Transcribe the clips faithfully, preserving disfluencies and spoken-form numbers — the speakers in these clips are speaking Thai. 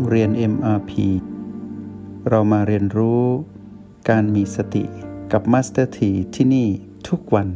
เรียน เอ็ม อาร์ พี เรามาเรียนรู้การมีสติกับ Master T ที่นี่ทุกวัน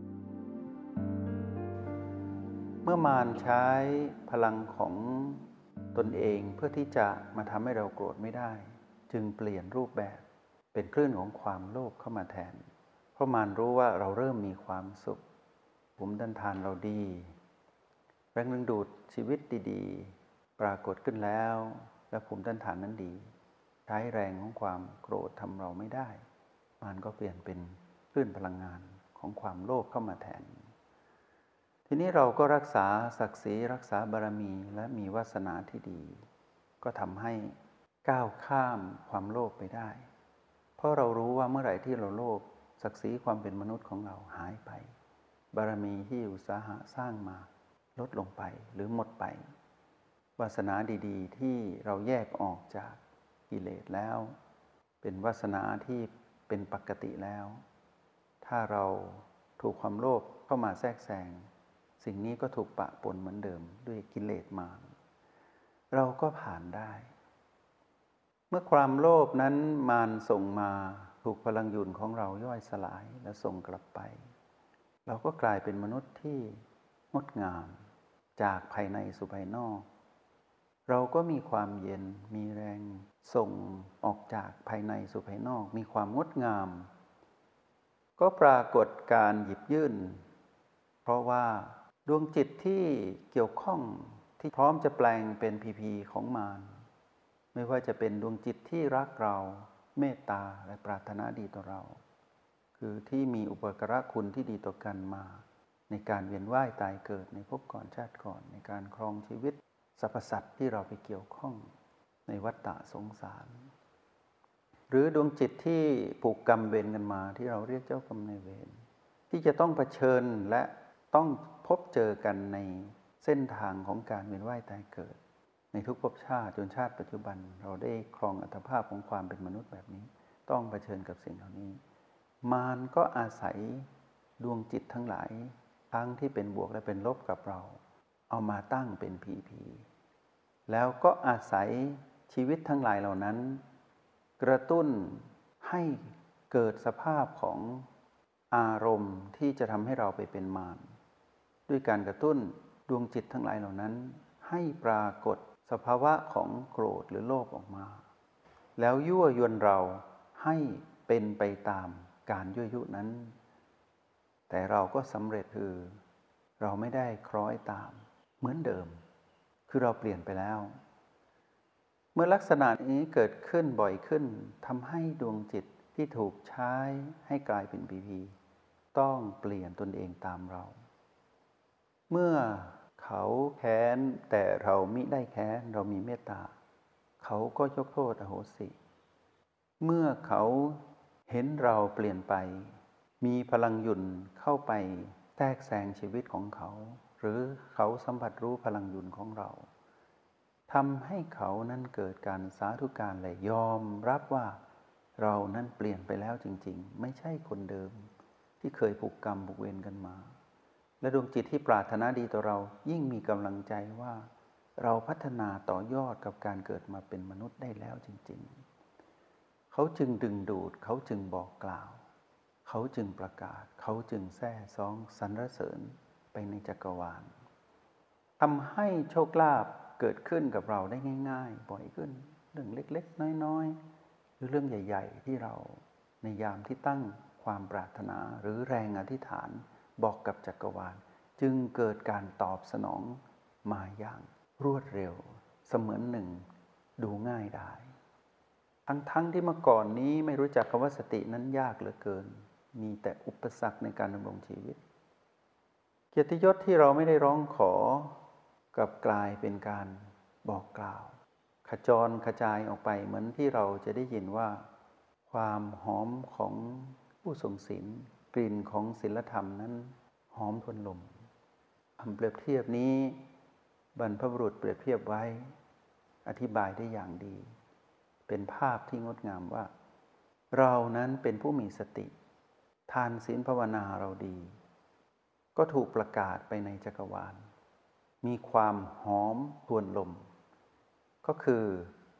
เมื่อมารใช้พลังของตนเองเพื่อที่จะมาทำให้เราโกรธไม่ได้จึงเปลี่ยนรูปแบบเป็นคลื่นของความโลภเข้ามาแทนเพราะมารรู้ว่าเราเริ่มมีความสุขภูมิต้านทานเราดีแรงดึงดูดชีวิตดีๆปรากฏขึ้นแล้วและภูมิต้านทานนั้นดีใช้แรงของความโกรธทำเราไม่ได้มารก็เปลี่ยนเป็นคลื่นพลังงานของความโลภเข้ามาแทนทีนี้เราก็รักษาศักดิ์ศรีรักษาบารมีและมีวาสนาที่ดีก็ทำให้ก้าวข้ามความโลภไปได้เพราะเรารู้ว่าเมื่อไหร่ที่เราโลภศักดิ์ศรีความเป็นมนุษย์ของเราหายไปบารมีที่อุตสาหะสร้างมาลดลงไปหรือหมดไปวาสนาดีๆที่เราแยกออกจากกิเลสแล้วเป็นวาสนาที่เป็นปกติแล้วถ้าเราถูกความโลภเข้ามาแทรกแซงสิ่งนี้ก็ถูกปะปนเหมือนเดิมด้วยกิเลสมารเราก็ผ่านได้เมื่อความโลภนั้นมารส่งมาถูกพลังหยุ่นของเราย่อยสลายและส่งกลับไปเราก็กลายเป็นมนุษย์ที่งดงามจากภายในสู่ภายนอกเราก็มีความเย็นมีแรงส่งออกจากภายในสู่ภายนอกมีความงดงามก็ปรากฏการหยิบยื่นเพราะว่าดวงจิตที่เกี่ยวข้องที่พร้อมจะแปลงเป็นพีพีของมารไม่ว่าจะเป็นดวงจิตที่รักเราเมตตาและปรารถนาดีต่อเราคือที่มีอุปการะคุณที่ดีต่อกันมาในการเวียนว่ายตายเกิดในภพก่อนชาติก่อนในการครองชีวิตสรรพสัตว์ที่เราไปเกี่ยวข้องในวัฏฏะสงสารหรือดวงจิตที่ผูกกรรมเวรกันมาที่เราเรียกเจ้ากรรมนายเวรที่จะต้องเผชิญและต้องพบเจอกันในเส้นทางของการเวียนว่ายตายเกิดในทุกภพชาติจนชาติปัจจุบันเราได้ครองอัตภาพของความเป็นมนุษย์แบบนี้ต้องเผชิญกับสิ่งเหล่านี้มารก็อาศัยดวงจิตทั้งหลายทั้งที่เป็นบวกและเป็นลบกับเราเอามาตั้งเป็นพีพีแล้วก็อาศัยชีวิตทั้งหลายเหล่านั้นกระตุ้นให้เกิดสภาพของอารมณ์ที่จะทำให้เราไปเป็นมารด้วยการกระตุ้นดวงจิตทั้งหลายเหล่านั้นให้ปรากฏสภาวะของโกรธหรือโลภออกมาแล้วยั่วยวนเราให้เป็นไปตามการยั่วยุนั้นแต่เราก็สำเร็จคือเราไม่ได้คล้อยตามเหมือนเดิมคือเราเปลี่ยนไปแล้วเมื่อลักษณะนี้เกิดขึ้นบ่อยขึ้นทำให้ดวงจิตที่ถูกใช้ให้กลายเป็นพีพีต้องเปลี่ยนตนเองตามเราเมื่อเขาแค้นแต่เรามิได้แค้นเรามีเมตตาเขาก็ยกโทษอโหสิเมื่อเขาเห็นเราเปลี่ยนไปมีพลังหยุ่นเข้าไปแทรกแซงชีวิตของเขาหรือเขาสัมผัสรู้พลังหยุ่นของเราทำให้เขานั้นเกิดการสาธุการและยอมรับว่าเรานั้นเปลี่ยนไปแล้วจริงๆไม่ใช่คนเดิมที่เคยผูกกรรมผูกเวรกันมาและดวงจิตที่ปรารถนาดีต่อเรายิ่งมีกำลังใจว่าเราพัฒนาต่อยอดกับการเกิดมาเป็นมนุษย์ได้แล้วจริงๆเขาจึงดึงดูดเขาจึงบอกกล่าวเขาจึงประกาศเขาจึงแซ่ซ้องสรรเสริญไปในจักรวาลทำให้โชคลาภเกิดขึ้นกับเราได้ง่ายๆบ่อยขึ้นเรื่องเล็กๆน้อยๆหรือเรื่องใหญ่ๆที่เราในยามที่ตั้งความปรารถนาหรือแรงอธิษฐานบอกกับจักรวาลจึงเกิดการตอบสนองมาอย่างรวดเร็วเสมือนหนึ่งดูง่ายได้ทั้งๆที่เมื่อก่อนนี้ไม่รู้จักคำว่าสตินั้นยากเหลือเกินมีแต่อุปสรรคในการดำรงชีวิตเกียรติยศที่เราไม่ได้ร้องขอกลับกลายเป็นการบอกกล่าวขจรกระจายออกไปเหมือนที่เราจะได้ยินว่าความหอมของผู้ทรงศีลกลิ่นของศีลธรรมนั้นหอมทวนลมคำเปรียบเทียบนี้บรรพบุรุษเปรียบเทียบไว้อธิบายได้อย่างดีเป็นภาพที่งดงามว่าเรานั้นเป็นผู้มีสติทานศีลภาวนาเราดีก็ถูกประกาศไปในจักรวาลมีความหอมทวนลมก็คือ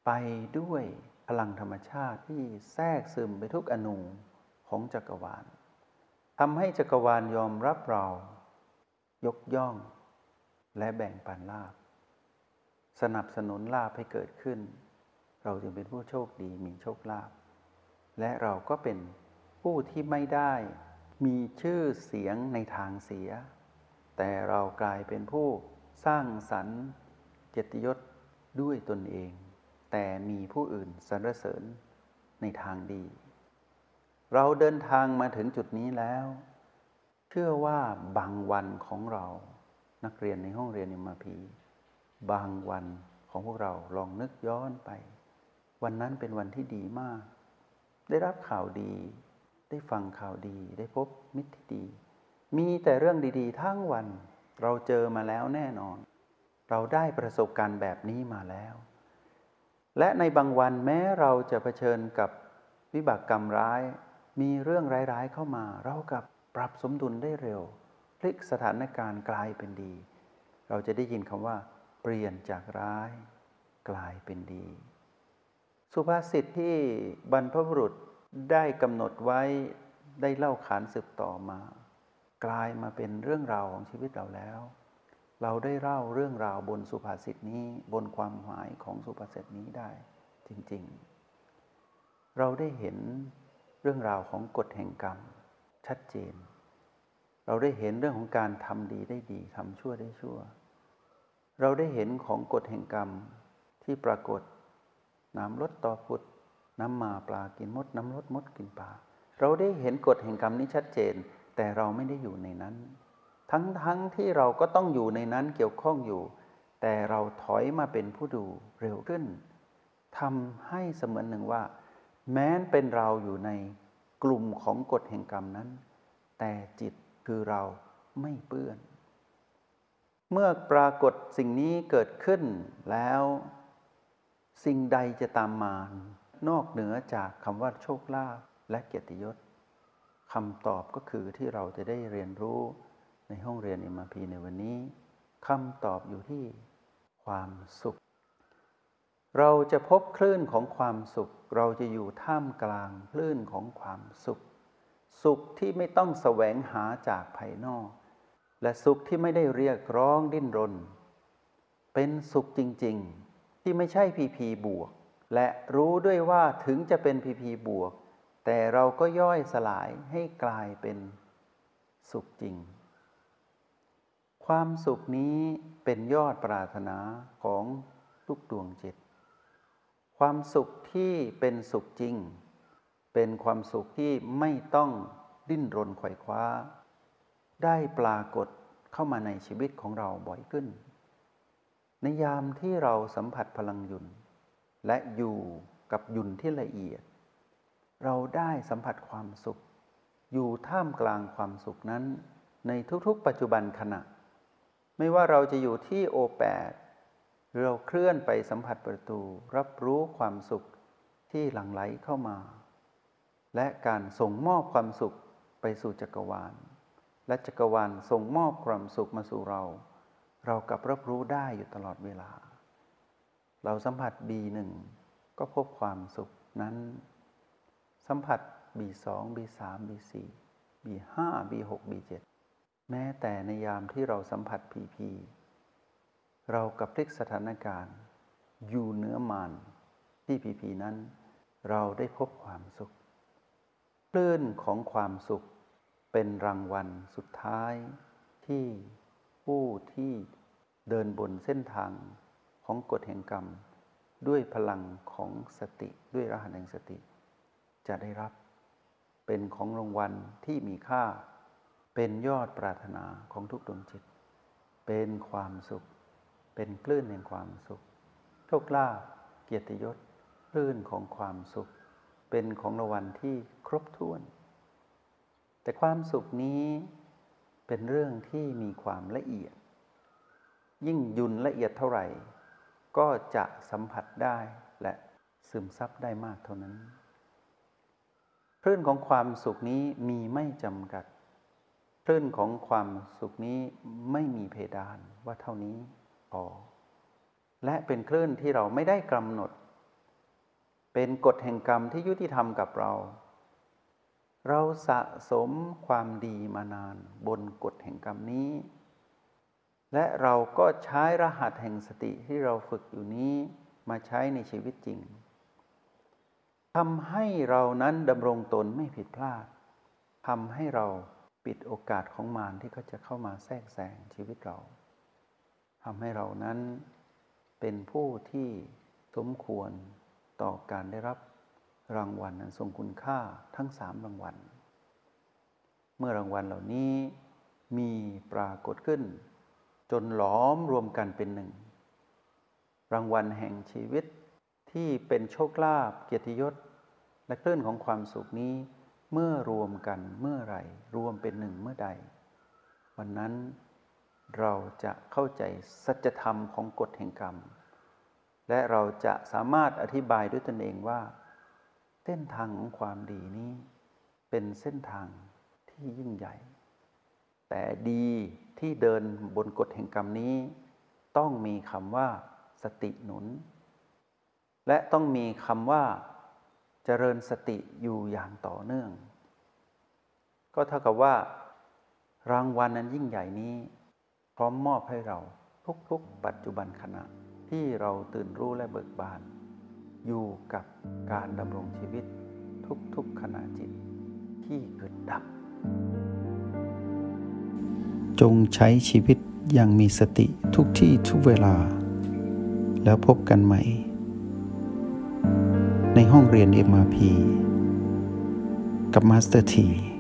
ไปด้วยพลังธรรมชาติที่แทรกซึมไปทุกอนูของจักรวาลทำให้จักรวาลยอมรับเรายกย่องและแบ่งปันลาภสนับสนุนลาภให้เกิดขึ้นเราจึงเป็นผู้โชคดีมีโชคลาภและเราก็เป็นผู้ที่ไม่ได้มีชื่อเสียงในทางเสียแต่เรากลายเป็นผู้สร้างสรรค์เกียรติยศด้วยตนเองแต่มีผู้อื่นสรรเสริญในทางดีเราเดินทางมาถึงจุดนี้แล้วเชื่อว่าบางวันของเรานักเรียนในห้องเรียน เอ็ม อาร์ พี บางวันของพวกเราลองนึกย้อนไปวันนั้นเป็นวันที่ดีมากได้รับข่าวดีได้ฟังข่าวดีได้พบมิตรที่ดีมีแต่เรื่องดีๆทั้งวันเราเจอมาแล้วแน่นอนเราได้ประสบการณ์แบบนี้มาแล้วและในบางวันแม้เราจะเผชิญกับวิบากกรรมร้ายมีเรื่องร้ายๆเข้ามาเรากลับปรับสมดุลได้เร็วพลิกสถานการณ์กลายเป็นดีเราจะได้ยินคำว่าเปลี่ยนจากร้ายกลายเป็นดีสุภาษิตที่บรรพบุรุษได้กำหนดไว้ได้เล่าขานสืบต่อมากลายมาเป็นเรื่องราวของชีวิตเราแล้วเราได้เล่าเรื่องราวบนสุภาษิตนี้บนความหมายของสุภาษิตนี้ได้จริงๆเราได้เห็นเรื่องราวของกฎแห่งกรรมชัดเจนเราได้เห็นเรื่องของการทำดีได้ดีทำชั่วได้ชั่วเราได้เห็นของกฎแห่งกรรมที่ปรากฏน้ำลดต่อผุดน้ำมาปลากินมดน้ำลดมดกินปลาเราได้เห็นกฎแห่งกรรมนี้ชัดเจนแต่เราไม่ได้อยู่ในนั้นทั้งๆ ท, ที่เราก็ต้องอยู่ในนั้นเกี่ยวข้องอยู่แต่เราถอยมาเป็นผู้ดูเร็วขึ้นทำให้เสมือนหนึ่งว่าแม้นเป็นเราอยู่ในกลุ่มของกฎแห่งกรรมนั้นแต่จิตคือเราไม่เปื้อนเมื่อปรากฏสิ่งนี้เกิดขึ้นแล้วสิ่งใดจะตามมานอกเหนือจากคำว่าโชคลาภและเกียรติยศคำตอบก็คือที่เราจะได้เรียนรู้ในห้องเรียน เอ็ม อาร์ พี ในวันนี้คำตอบอยู่ที่ความสุขเราจะพบคลื่นของความสุขเราจะอยู่ท่ามกลางคลื่นของความสุขสุขที่ไม่ต้องแสวงหาจากภายนอกและสุขที่ไม่ได้เรียกร้องดิ้นรนเป็นสุขจริงๆที่ไม่ใช่พีพีบวกและรู้ด้วยว่าถึงจะเป็นพีพีบวกแต่เราก็ย่อยสลายให้กลายเป็นสุขจริงความสุขนี้เป็นยอดปรารถนาของทุกดวงจิตความสุขที่เป็นสุขจริงเป็นความสุขที่ไม่ต้องดิ้นรนไขว่คว้าได้ปรากฏเข้ามาในชีวิตของเราบ่อยขึ้นในยามที่เราสัมผัสพลังยุนและอยู่กับยุนที่ละเอียดเราได้สัมผัสความสุขอยู่ท่ามกลางความสุขนั้นในทุกๆปัจจุบันขณะไม่ว่าเราจะอยู่ที่โอแปดหรือเราเคลื่อนไปสัมผัสประตูรับรู้ความสุขที่หลั่งไหลเข้ามาและการส่งมอบความสุขไปสู่จักรวาลและจักรวาลส่งมอบความสุขมาสู่เราเรากลับรับรู้ได้อยู่ตลอดเวลาเราสัมผัส บี หนึ่ง ก็พบความสุขนั้นสัมผัส บี สอง บี สาม บี สี่ บี ห้า บี หก บี เจ็ด แม้แต่ในยามที่เราสัมผัส พี พี เรากับพลิกสถานการณ์อยู่เหนือมารที่ พี พี นั้นเราได้พบความสุขคลื่นของความสุขเป็นรางวัลสุดท้ายที่ผู้ที่เดินบนเส้นทางของกฎแห่งกรรมด้วยพลังของสติด้วยรหัสแห่งสติจะได้รับเป็นของรางวัลที่มีค่าเป็นยอดปรารถนาของทุกดวงจิตเป็นความสุขเป็นคลื่นแห่งความสุขโชคลาภเกียรติยศคลื่นของความสุขเป็นของรางวัลที่ครบถ้วนแต่ความสุขนี้เป็นเรื่องที่มีความละเอียดยิ่งยุนละเอียดเท่าไหร่ก็จะสัมผัสได้และซึมซับได้มากเท่านั้นคลื่นของความสุขนี้มีไม่จำกัดคลื่นของความสุขนี้ไม่มีเพดานว่าเท่านี้พอและเป็นคลื่นที่เราไม่ได้กำหนดเป็นกฎแห่งกรรมที่ยุติธรรมกับเราเราสะสมความดีมานานบนกฎแห่งกรรมนี้และเราก็ใช้รหัสแห่งสติที่เราฝึกอยู่นี้มาใช้ในชีวิตจริงทำให้เรานั้นดำรงตนไม่ผิดพลาดทำให้เราปิดโอกาสของมารที่เขาจะเข้ามาแทรกแซงชีวิตเราทำให้เรานั้นเป็นผู้ที่สมควรต่อการได้รับรางวัลอันทรงคุณค่าทั้งสามรางวัลเมื่อรางวัลเหล่านี้มีปรากฏขึ้นจนหลอมรวมกันเป็นหนึ่งรางวัลแห่งชีวิตที่เป็นโชคลาภเกียรติยศและคลื่นของความสุขนี้เมื่อรวมกันเมื่อไหร่รวมเป็นหนึ่งเมื่อใดวันนั้นเราจะเข้าใจสัจธรรมของกฎแห่งกรรมและเราจะสามารถอธิบายด้วยตนเองว่าเส้นทางของความดีนี้เป็นเส้นทางที่ยิ่งใหญ่แต่ดีที่เดินบนกฎแห่งกรรมนี้ต้องมีคำว่าสติหนุนและต้องมีคำว่าเจริญสติอยู่อย่างต่อเนื่องก็เท่ากับว่ารางวัลนั้นยิ่งใหญ่นี้พร้อมมอบให้เราทุกๆปัจจุบันขณะที่เราตื่นรู้และเบิกบานอยู่กับการดำรงชีวิตทุกๆขณะจิตที่เกิดดับจงใช้ชีวิตอย่างมีสติทุกที่ทุกเวลาแล้วพบกันใหม่ในห้องเรียน เอ็ม อาร์ พี กับมาสเตอร์ ที